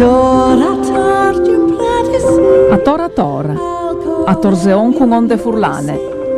A tora tora, a torseon con onde furlane.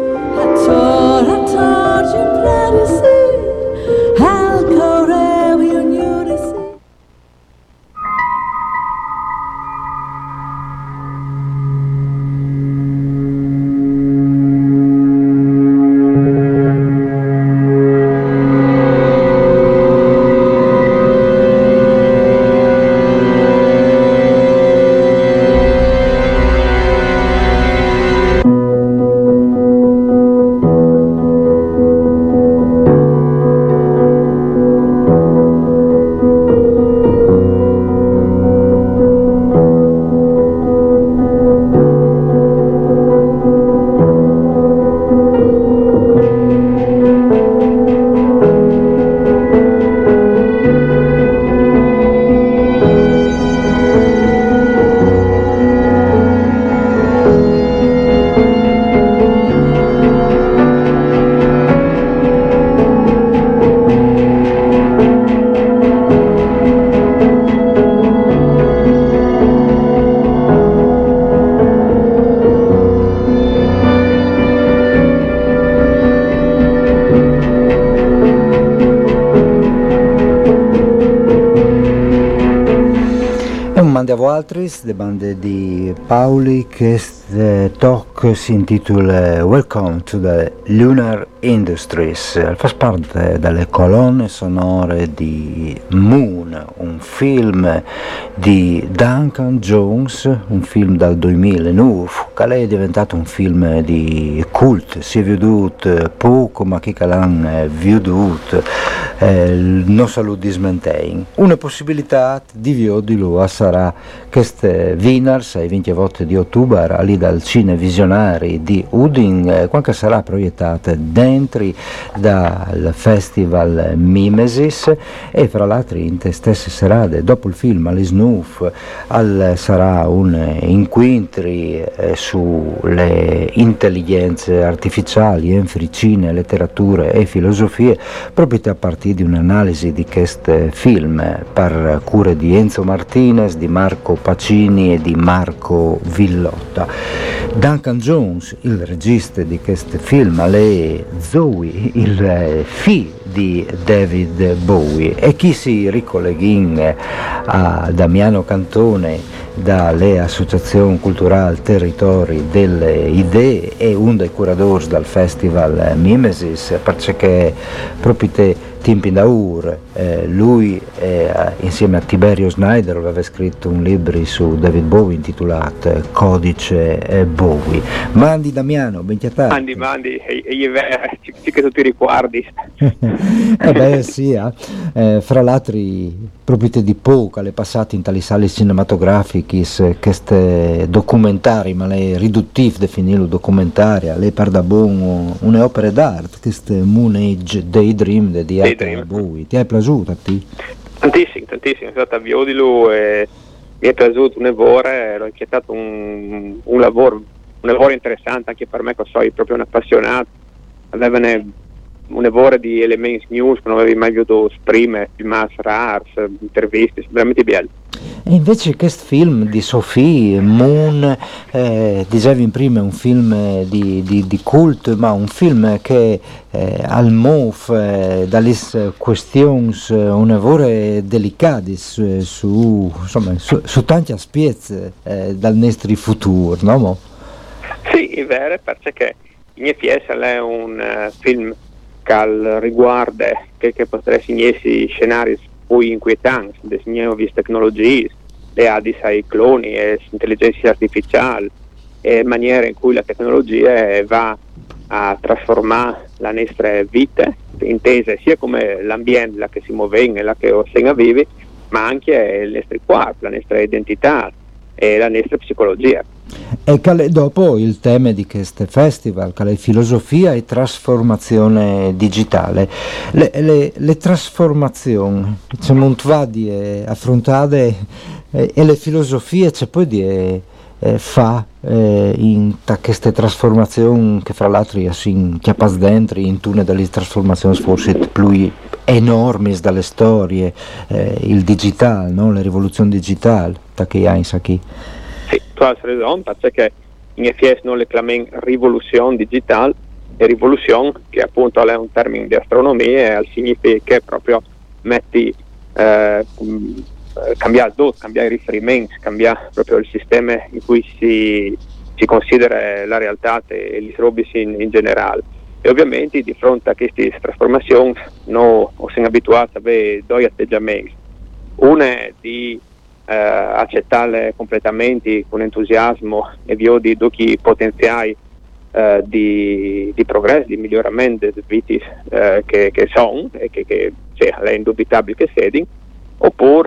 Andiamo altris, le bande di Pauli, che talk si intitola Welcome to the Lunar Industries. Fa parte dalle colonne sonore di Moon, un film di Duncan Jones, un film dal 2009, che è diventato un film di cult, si è veduto poco, ma che l'hanno veduto, non solo di smentein. Una possibilità di via di lui sarà queste Wieners ai 20 volte di ottobre lì dal Cine Visionari di Udin, quando sarà proiettata dentro dal festival Mimesis, e fra l'altro in te stesse serate dopo il film all'Snoof sarà un incontri sulle intelligenze artificiali in fricine, letterature e filosofie, proprio a partire di un'analisi di questo film per cure di Enzo Martinez, di Marco Pacini e di Marco Villotta. Duncan Jones, il regista di questo film, è Zoe, il figlio di David Bowie, e chi si ricolleghi a Damiano Cantone dalle associazioni culturali Territori delle Idee e uno dei curatori dal festival Mimesis, perché proprio te tempi da lui insieme a Tiberio Snyder aveva scritto un libro su David Bowie intitolato Codice Bowie. Mandi Damiano, ben chiatato. Mandi, e sì che tu ti ricordi. Sì, fra l'altro proprio di poco le passate in tali sale cinematografiche queste documentari, ma lei è riduttivo definirlo documentaria, lei parla buon un'opera d'arte, questo Moon Age Daydream di Bowie. Ti è piaciuto a te? Tantissimo, sono stato a Viodilo e mi è piaciuto un'evore, l'ho inquietato un lavoro interessante anche per me, che sono proprio un appassionato, avevano un'evore di elementi news che non avevi mai veduto prima, filmati rari, interviste, veramente bello. E invece questo film di Sophie Moon, dicevi prima, è un film di cult, ma un film che al MOF dalle questioni un'evore delicate su tanti aspetti dal nostro futuro, no? Sì, è vero, perché in effetti è un film che riguarda che potresti essere scenari poi inquietanti delle nuove tecnologie, le ADIS ai cloni e l'intelligenza artificiale, e maniera in cui la tecnologia va a trasformare la nostra vita, intesa sia come l'ambiente che si muove e la che osserva vive, ma anche il nostro corpo, la nostra identità e la nostra psicologia. E dopo il tema di questo festival, che è filosofia e trasformazione digitale. Le trasformazioni, c'è molto di affrontate e le filosofie c'è poi di fa in queste trasformazioni che fra l'altro si chiappas dentro in tune delle trasformazioni forse più enormi dalle storie, il digitale, no? La rivoluzione digitale, da che hai qui. Sì, tu hai ragione, perché in effetti non le chiamiamo rivoluzione digitale, e rivoluzione che appunto è un termine di astronomia e significa che proprio metti cambiare i riferimenti, cambiare proprio il sistema in cui si considera la realtà e gli robi in generale. E ovviamente di fronte a queste trasformazioni noi siamo abituati a avere due atteggiamenti. Uno è di accettare completamente con entusiasmo e via di tutti i potenziali di progresso, di miglioramento delle vite che sono e che cioè, è indubitabile che siano, oppure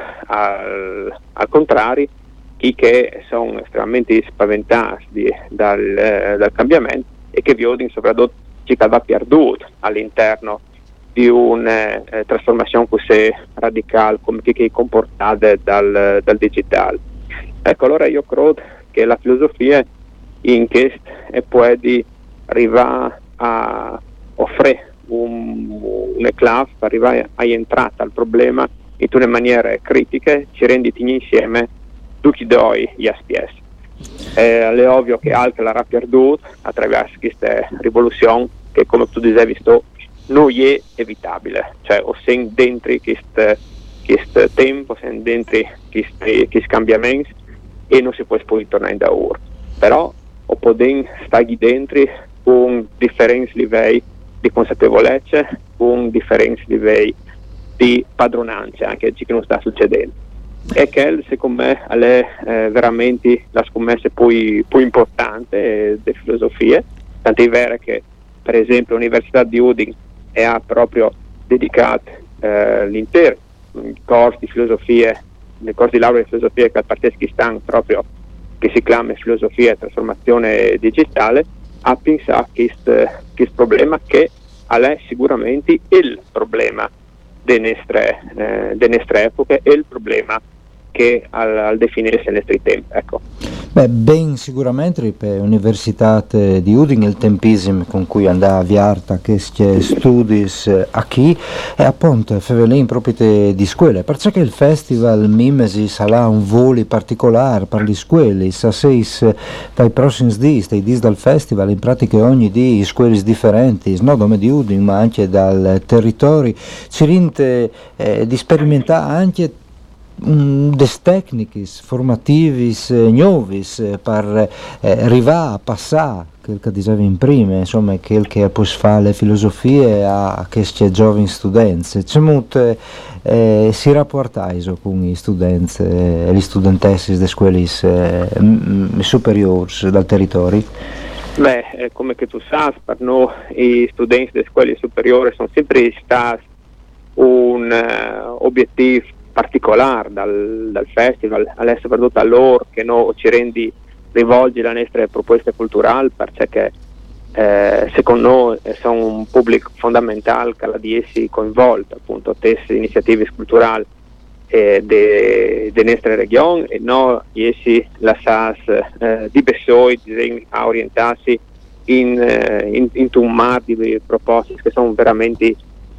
al contrario chi che sono estremamente spaventati dal cambiamento e che vedono soprattutto chi che va perduto all'interno di una trasformazione così radicale come che è comportata dal digitale. Ecco, allora io credo che la filosofia in questo può arrivare a offrire una classe per arrivare a entrare al problema in una maniera critica, ci rendi insieme tutti e due gli aspetti. È ovvio che altro l'ha perduto attraverso questa rivoluzione che, come tu dicevi, non è evitabile, cioè o sei dentro questo tempo, sei dentro questi cambiamenti e non si può poi tornare da ora. Però o possiamo stare dentro con differenti livelli di consapevolezza, con differenti livelli di padronanza anche ciò che non sta succedendo. E che secondo me è veramente la scommessa più importante delle filosofie, tant'è vero che per esempio l'Università di Udine ha proprio dedicato l'intero corso di filosofia, nel corso di laurea di filosofia che al Parteschi-Stan proprio che si chiama filosofia e trasformazione digitale, a pensare questo problema che è sicuramente il problema delle nostre epoche e il problema che al definirsi i nostri tempi. Ecco. Beh, ben sicuramente per l'Università di Udine il tempismo con cui andava a avviare questi studi qui è appunto fevelin proprio di scuole, perché il festival Mimesi sarà un volo particolare per le scuole, sa dai prossimi giorni dal festival in pratica ogni di scuole differenti, non come di Udine ma anche dal territorio, ci rende di sperimentare anche des tecniches formativis nuovis per arrivare a passare quel che dicevi in prima, insomma quel che può fare le filosofie a questi giovani studenti. C'è molto si rapporta con gli studenti e le studentesse delle scuole superiori dal territorio? Beh, come che tu sai, per noi i studenti delle scuole superiori sono sempre stati un obiettivo particolare dal festival, adesso soprattutto a loro che noi ci rendi rivolgi le nostre proposte culturali, perché secondo noi sono un pubblico fondamentale che la di essi coinvolto, appunto, queste iniziative culturali delle nostre regioni e noi essi la SAS di Bessoi a orientarsi in un mar di proposte che sono veramente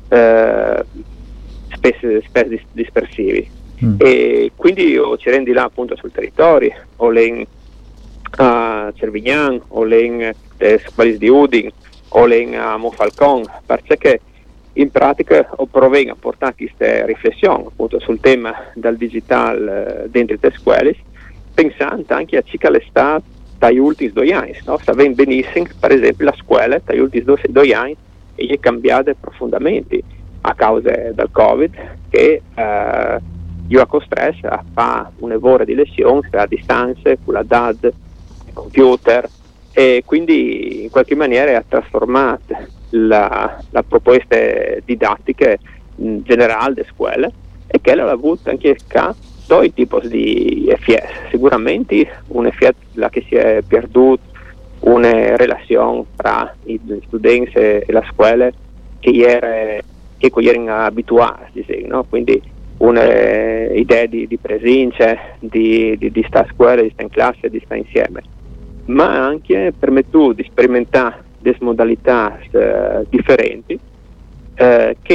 spesso dispersivi e quindi io ci rendi là appunto sul territorio o a Cervignan o in scuole di Udine o a Monfalcone, perché in pratica provengo a portare queste riflessioni appunto sul tema del digitale dentro le scuole, pensando anche a ciò che è stato dagli ultimi 2 anni, no? Sapendo benissimo per esempio la scuola dagli ultimi 2 anni è cambiata profondamente a causa del Covid, che io ha costretto a fare un'ora di lezioni a distanza con la DAD, computer, e quindi in qualche maniera ha trasformato la proposta didattica generale delle scuole e che ha avuto anche due tipi di effetti. Sicuramente un effetto che si è perduto una relazione tra i studenti e la scuola che erano abituati, no? Quindi un'idea di presenza, di stare a scuola, di stare in classe, di stare insieme, ma anche permette di sperimentare delle modalità differenti che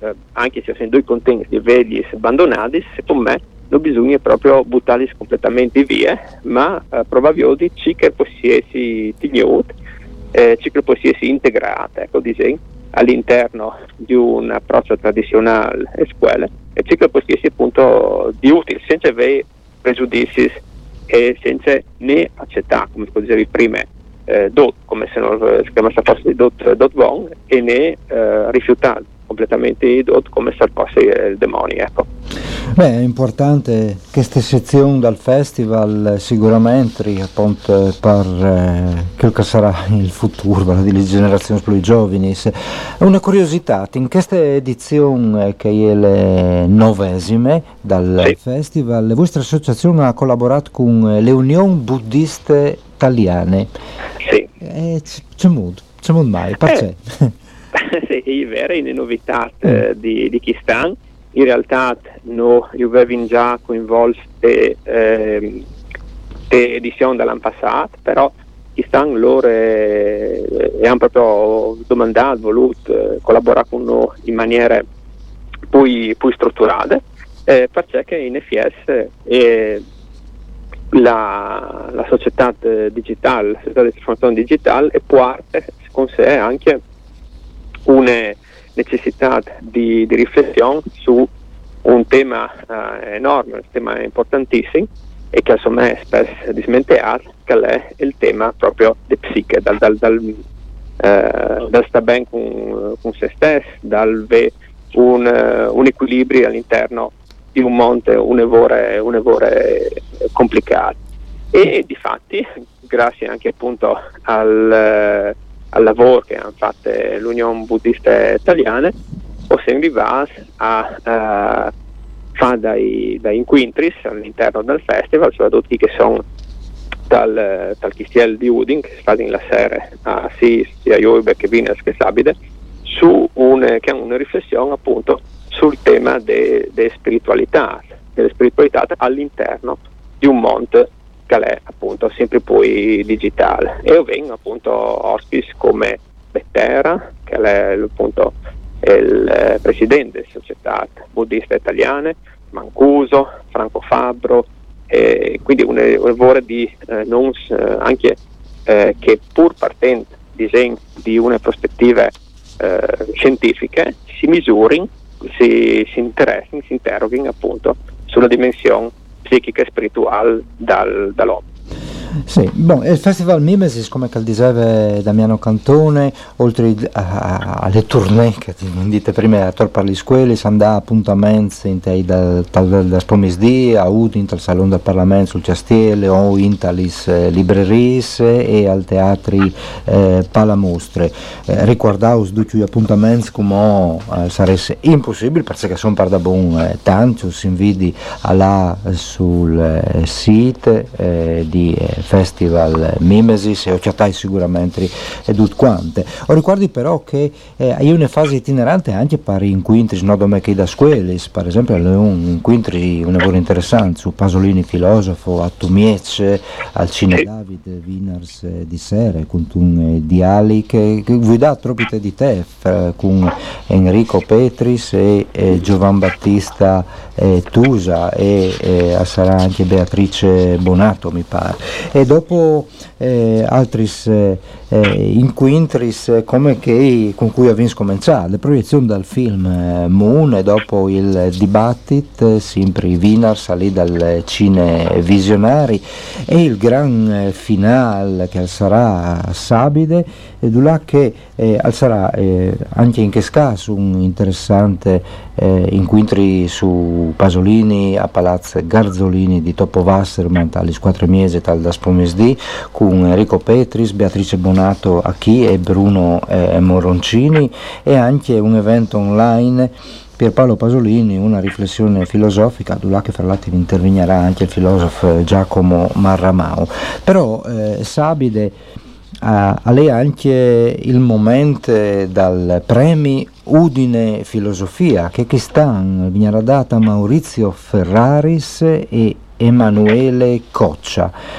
anche se sono due contenti di vederli abbandonati, secondo me non bisogna proprio buttarli completamente via, ma probabilmente ci che possiesi tenuti, ci che possiesi integrati, ecco, disegno, all'interno di un approccio tradizionale e scuole, e ci che possiesi appunto di utile, senza avere pregiudizi e senza né accettare, come dicevi prima, dot, come se non si fosse dot buon, e né rifiutare completamente i dot come se fosse il demonio, ecco. Beh, è importante questa sezione dal festival sicuramente appunto per quel che sarà il futuro delle generazioni più giovani. Una curiosità, in questa edizione che è le 9ª dal festival, la vostra associazione ha collaborato con le Unioni Buddiste Italiane. Sì. C'è molto mai, perché? Sì, è vero, è una novità di Kistan. In realtà io avevo già coinvolto edizioni dell'anno passato, però Kistan loro hanno proprio domandato, voluto collaborare con noi in maniera più strutturata, perché in FS la società digitale, la società di trasformazione digitale, e parte con sé anche una necessità di riflessione su un tema enorme, un tema importantissimo, e che insomma è spesso dismentiato, che è il tema proprio di psiche, dal sta bene con se stesso, dal un equilibrio all'interno di un monte un'evore complicato. E difatti, grazie anche appunto al lavoro che hanno fatto l'Unione Buddista Italiana, possiamo arrivare a fare dai incontri all'interno del festival, soprattutto che sono dal Chistiel di Udin, che si fa in la sera sia io che Vinas che Sabide, che è una riflessione appunto sul tema delle spiritualità all'interno di un monte che è appunto sempre poi digitale. E io vengo appunto ospiti come Bettera, che è appunto il presidente delle società buddiste italiane, Mancuso, Franco Fabbro, e quindi un lavoro di anche che pur partendo di una prospettiva scientifica si misurino, si interessino, si interroghino appunto sulla dimensione psichica e spirituale dall'uomo. Sì, il Festival Mimesis, come diceva Damiano Cantone, oltre alle tournée che dite prima a per le scuole, si andà appuntamenti dal pomeriggio a Udin, al Salone del Parlamento sul Castiele, o in talis libreries e al teatri palamostre. Ricordavo tutti gli appuntamenti come sarebbe impossibile, perché sono per da buon tanto, si invidi là sul sito di Festival Mimesis, e ho chattato sicuramente e tutte quante. Ho ricordi però che hai una fase itinerante anche per incontri non che da scuole, per esempio un incontri un lavoro interessante su Pasolini filosofo, a Tumiece, al Cine David Wieners di sera, con un diali che vi dà troppo di te con Enrico Petris e Giovan Battista Tusa e sarà anche Beatrice Bonato mi pare. E dopo altri incontri come che con cui abbiamo cominciato le proiezioni dal film Moon, e dopo il dibattito sempre i Wieners lì dal Cine Visionari, e il gran finale che sarà a Sabide, e là che sarà anche in questo caso un interessante incontri su Pasolini a Palazzo Garzolini di Topo Wasserman alle 4 mesi tal da spomesdì, con Enrico Petris, Beatrice Bonato a chi e Bruno Moroncini, e anche un evento online Pierpaolo Pasolini, una riflessione filosofica, là che fra l'altro intervegnerà anche il filosofo Giacomo Marramao. Però Sabide a lei anche il momento dal premi Udine Filosofia che quest'anno viene data a Maurizio Ferraris e Emanuele Coccia.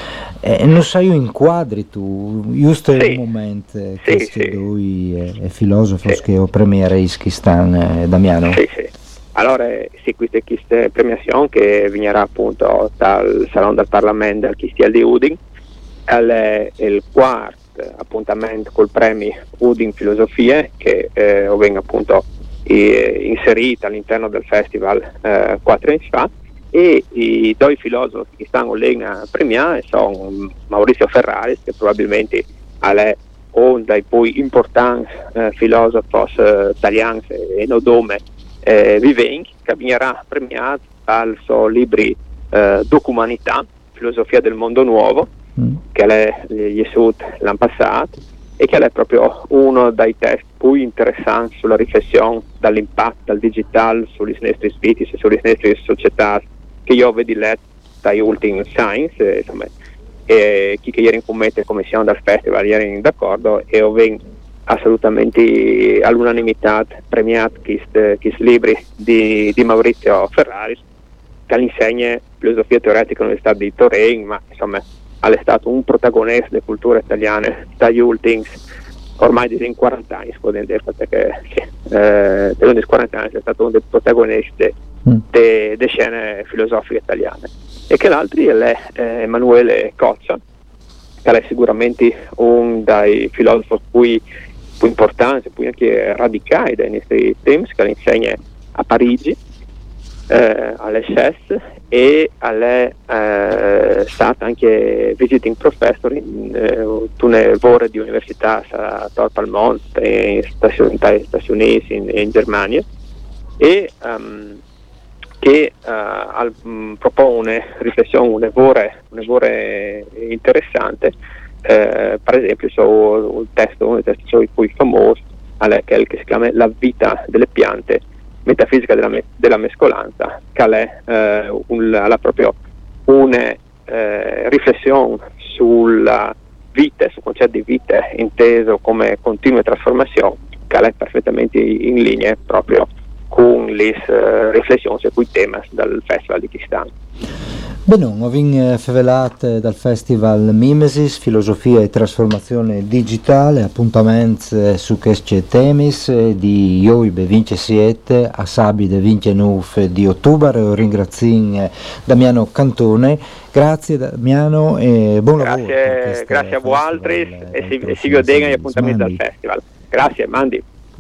non sai inquadri tu, giusto Sì. il momento Sì, questi sì. due filosofi Sì. che ho premierei che stanno, Damiano? Sì, sì. Allora, sì, questa premiazione che vignerà appunto dal Salone del Parlamento al Chistiel di Udin, è il quarto appuntamento col premio Udin Filosofie che venga appunto inserita all'interno del festival 4 anni fa, e i due filosofi che stanno lì a premiare sono Maurizio Ferraris, che probabilmente è uno dei più importanti filosofi italiani e nodome viventi, che verrà premiato dal suo libro Documanità, Filosofia del Mondo Nuovo, che è Yesud l'anno passato, e che è proprio uno dei testi più interessanti sulla riflessione dall'impatto del digitale sugli nostri spiriti e sulle nostre società che io ho letto dagli ultimi Science, insomma, e chi che ieri in commissione del festival ieri d'accordo, e ho assolutamente all'unanimità premiato questi libri di Maurizio Ferraris, che insegna filosofia teoretica all'Università di Torino, ma insomma è stato un protagonista delle culture italiane dagli ultimi ormai di 40 anni, dire, perché sì, 40 anni è stato uno dei protagonisti delle scene filosofiche italiane. E che l'altro è Emanuele Coccia, che è sicuramente uno dei filosofi più importanti, più anche radicali dei nostri temi, che insegna a Parigi, all'ESS, e è stata anche visiting professor in alcune ore di università a Torpalmont, in Stati Uniti, in Germania, e che propone riflessioni un'evore interessante, per esempio uno dei testi più famosi è quel che si chiama La vita delle piante, metafisica della mescolanza, che è proprio una riflessione sulla vita, sul concetto di vita inteso come continue trasformazioni, che è perfettamente in linea proprio con le riflessioni su cui tema del Festival di Chistan. Bene, ho fevelato dal Festival Mimesis, Filosofia e Trasformazione Digitale, appuntamento su questi temi di Ioibe 27 a Sabide 29 di ottobre. Io ringrazio Damiano Cantone. Grazie Damiano e buon lavoro. Grazie a voi altri e si godega gli appuntamenti del festival. Grazie, Mandi.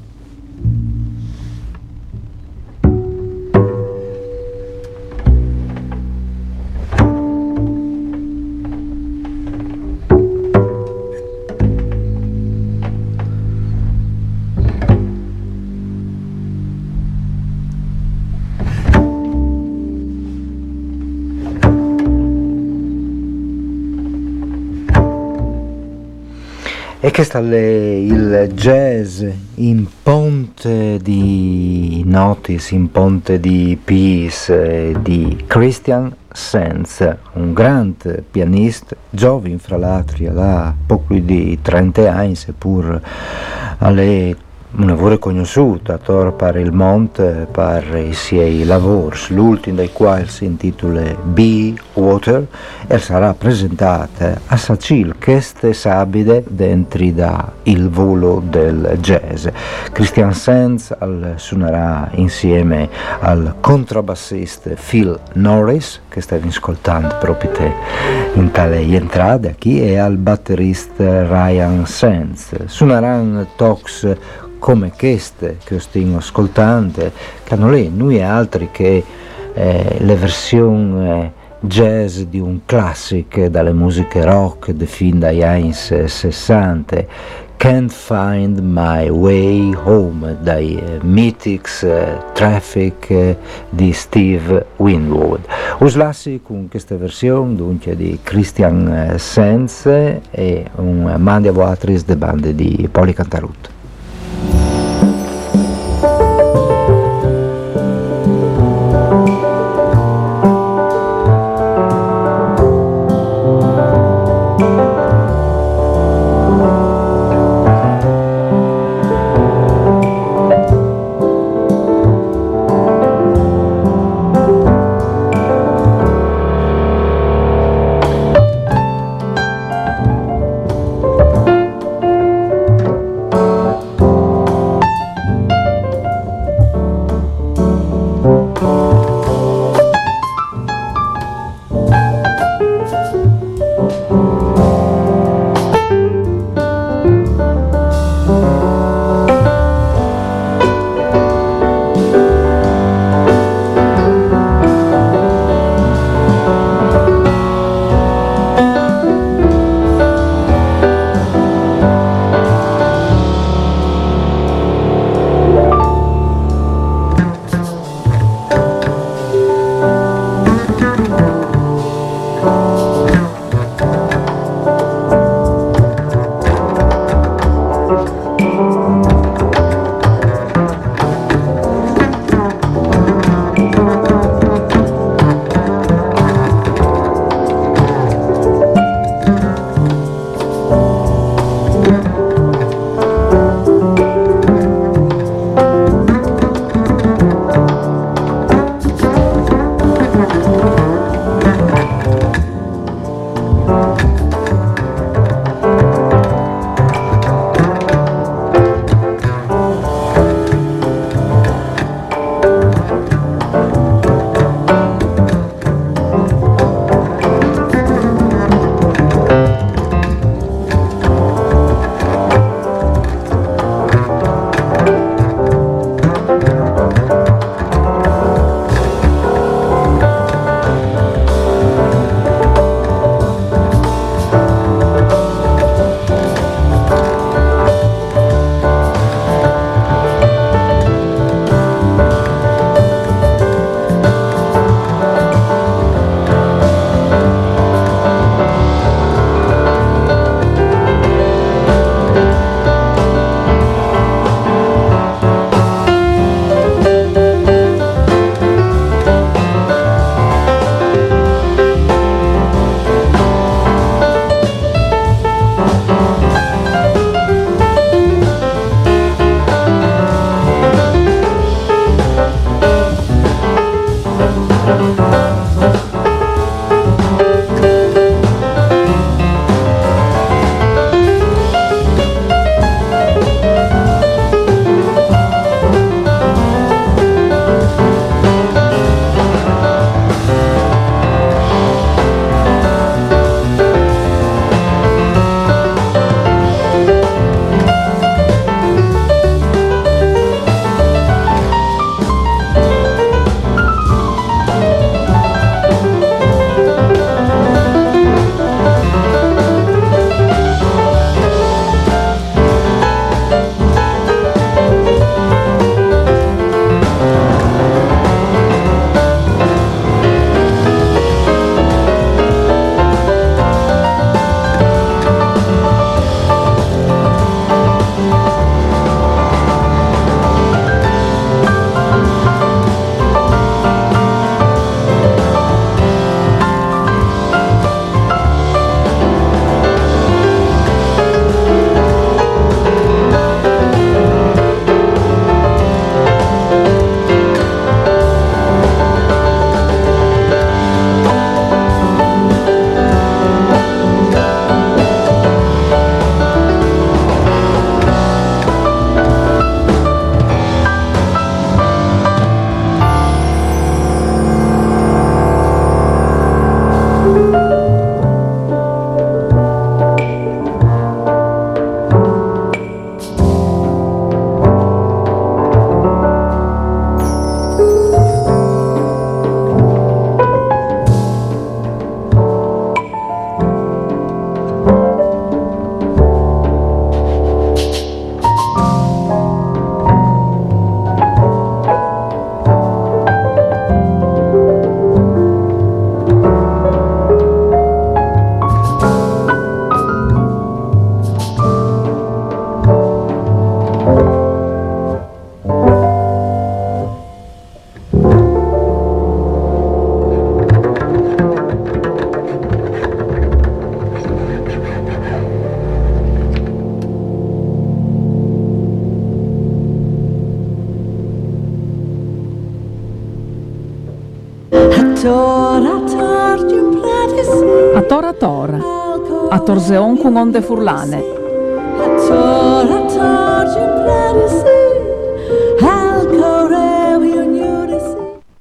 E questo è il jazz in ponte di notice, in ponte di peace di Christian Sands, un grande pianista, giovane fra l'altro, ha poco di 30 anni, seppur alle un lavoro conosciuto attorno per il monte per i suoi lavori, l'ultimo dei quali si intitola Be Water e sarà presentata a Sacil queste sabide dentro da il volo del jazz. Christian Sands suonerà insieme al contrabbassista Phil Norris, che stavi ascoltando proprio te in tale entrata qui, e al batterista Ryan Sands. Suoneranno talks come queste che stiamo ascoltando, che hanno lì noi e altri che le versioni jazz di un classico dalle musiche rock di fin dagli anni 60, Can't Find My Way Home dai Mythics Traffic di Steve Winwood. Uslassi con questa versione dunque di Christian Sands e un mandi a voatris de bande di Poli Cantarut. A tora tora, a torzeon con onde furlane. A tora tora,